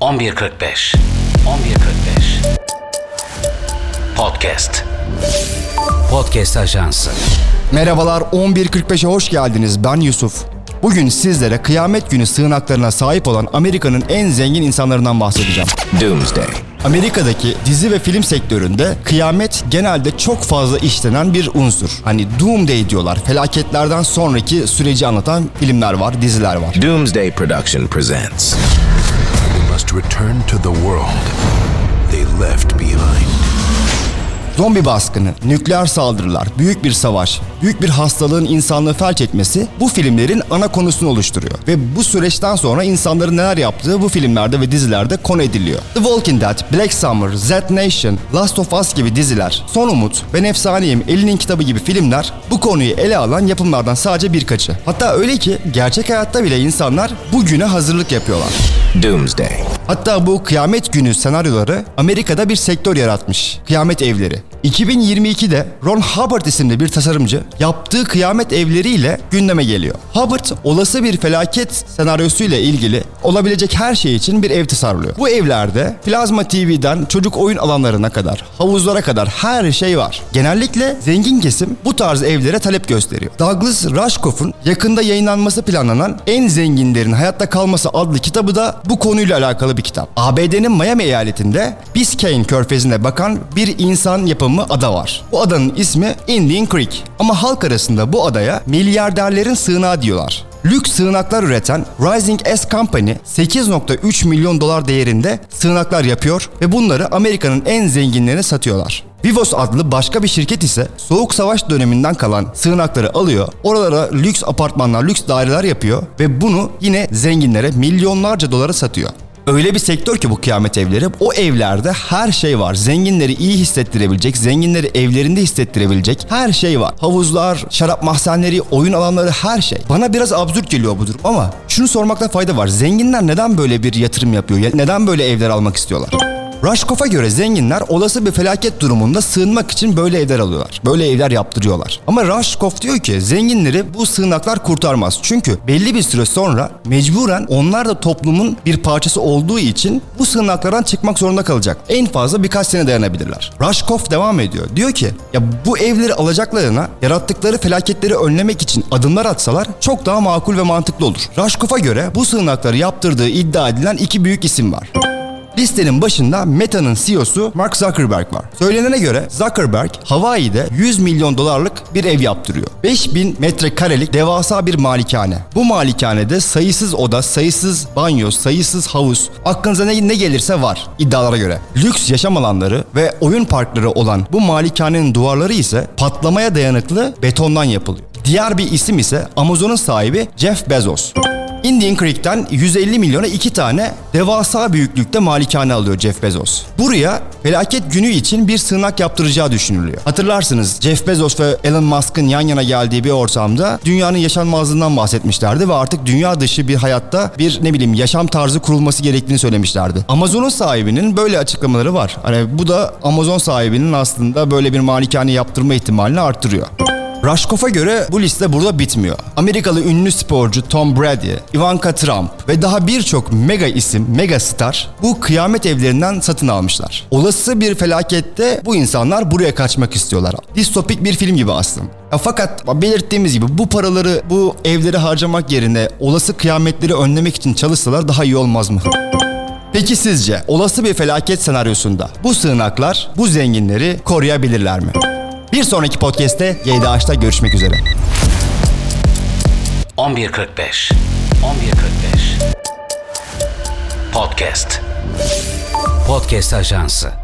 11.45 Podcast Ajansı. Merhabalar, 11.45'e hoş geldiniz. Ben Yusuf. Bugün sizlere kıyamet günü sığınaklarına sahip olan Amerika'nın en zengin insanlarından bahsedeceğim. Doomsday. Amerika'daki dizi ve film sektöründe kıyamet genelde çok fazla işlenen bir unsur. Hani Doomsday diyorlar. Felaketlerden sonraki süreci anlatan filmler var, diziler var. Doomsday Production presents. We must return to the world they left behind. Zombi baskını, nükleer saldırılar, büyük bir savaş, büyük bir hastalığın insanlığı felç etmesi bu filmlerin ana konusunu oluşturuyor. Ve bu süreçten sonra insanların neler yaptığı bu filmlerde ve dizilerde konu ediliyor. The Walking Dead, Black Summer, Z Nation, Last of Us gibi diziler, Son Umut, Ben Efsaneyim, Elinin Kitabı gibi filmler bu konuyu ele alan yapımlardan sadece birkaçı. Hatta öyle ki gerçek hayatta bile insanlar bugüne hazırlık yapıyorlar. Doomsday. Hatta bu kıyamet günü senaryoları Amerika'da bir sektör yaratmış. Kıyamet evleri. 2022'de Ron Hubbard isimli bir tasarımcı yaptığı kıyamet evleriyle gündeme geliyor. Hubbard olası bir felaket senaryosuyla ilgili olabilecek her şey için bir ev tasarlıyor. Bu evlerde plazma TV'den çocuk oyun alanlarına kadar, havuzlara kadar her şey var. Genellikle zengin kesim bu tarz evlere talep gösteriyor. Douglas Rushkoff'un yakında yayınlanması planlanan En Zenginlerin Hayatta Kalması adlı kitabı da bu konuyla alakalı bir kitap. ABD'nin Miami eyaletinde Biscayne körfezine bakan bir insan yapımı ada var. Bu adanın ismi Indian Creek. Ama halk arasında bu adaya milyarderlerin sığınağı diyorlar. Lüks sığınaklar üreten Rising S Company 8.3 milyon dolar değerinde sığınaklar yapıyor ve bunları Amerika'nın en zenginlerine satıyorlar. Vivos adlı başka bir şirket ise Soğuk Savaş döneminden kalan sığınakları alıyor, oralara lüks apartmanlar, lüks daireler yapıyor ve bunu yine zenginlere milyonlarca dolara satıyor. Öyle bir sektör ki bu kıyamet evleri, o evlerde her şey var. Zenginleri iyi hissettirebilecek, zenginleri evlerinde hissettirebilecek her şey var. Havuzlar, şarap mahzenleri, oyun alanları, her şey. Bana biraz absürt geliyor bu durum ama şunu sormakta fayda var. Zenginler neden böyle bir yatırım yapıyor? Neden böyle evler almak istiyorlar? Rushkoff'a göre zenginler olası bir felaket durumunda sığınmak için böyle evler alıyorlar. Böyle evler yaptırıyorlar. Ama Rushkoff diyor ki zenginleri bu sığınaklar kurtarmaz. Çünkü belli bir süre sonra mecburen onlar da toplumun bir parçası olduğu için bu sığınaklardan çıkmak zorunda kalacak. En fazla birkaç sene dayanabilirler. Rushkoff devam ediyor. Diyor ki ya bu evleri alacaklarına yarattıkları felaketleri önlemek için adımlar atsalar çok daha makul ve mantıklı olur. Rushkoff'a göre bu sığınakları yaptırdığı iddia edilen iki büyük isim var. Listenin başında Meta'nın CEO'su Mark Zuckerberg var. Söylenene göre Zuckerberg Hawaii'de 100 milyon dolarlık bir ev yaptırıyor. 5000 metrekarelik devasa bir malikane. Bu malikanede sayısız oda, sayısız banyo, sayısız havuz, aklınıza ne gelirse var iddialara göre. Lüks yaşam alanları ve oyun parkları olan bu malikanenin duvarları ise patlamaya dayanıklı betondan yapılıyor. Diğer bir isim ise Amazon'un sahibi Jeff Bezos. Indian Creek'ten 150 milyona 2 tane devasa büyüklükte malikane alıyor Jeff Bezos. Buraya felaket günü için bir sığınak yaptıracağı düşünülüyor. Hatırlarsınız Jeff Bezos ve Elon Musk'ın yan yana geldiği bir ortamda dünyanın yaşanmazlığından bahsetmişlerdi ve artık dünya dışı bir hayatta bir yaşam tarzı kurulması gerektiğini söylemişlerdi. Amazon'un sahibinin böyle açıklamaları var. Hani bu da Amazon sahibinin aslında böyle bir malikane yaptırma ihtimalini arttırıyor. Rushkoff'a göre bu liste burada bitmiyor. Amerikalı ünlü sporcu Tom Brady, Ivanka Trump ve daha birçok mega isim, mega star bu kıyamet evlerinden satın almışlar. Olası bir felakette bu insanlar buraya kaçmak istiyorlar. Distopik bir film gibi aslında. Fakat belirttiğimiz gibi bu paraları bu evlere harcamak yerine olası kıyametleri önlemek için çalışsalar daha iyi olmaz mı? Peki sizce olası bir felaket senaryosunda bu sığınaklar bu zenginleri koruyabilirler mi? Bir sonraki podcast'te YDH'da görüşmek üzere. 11.45 Podcast Ajansı.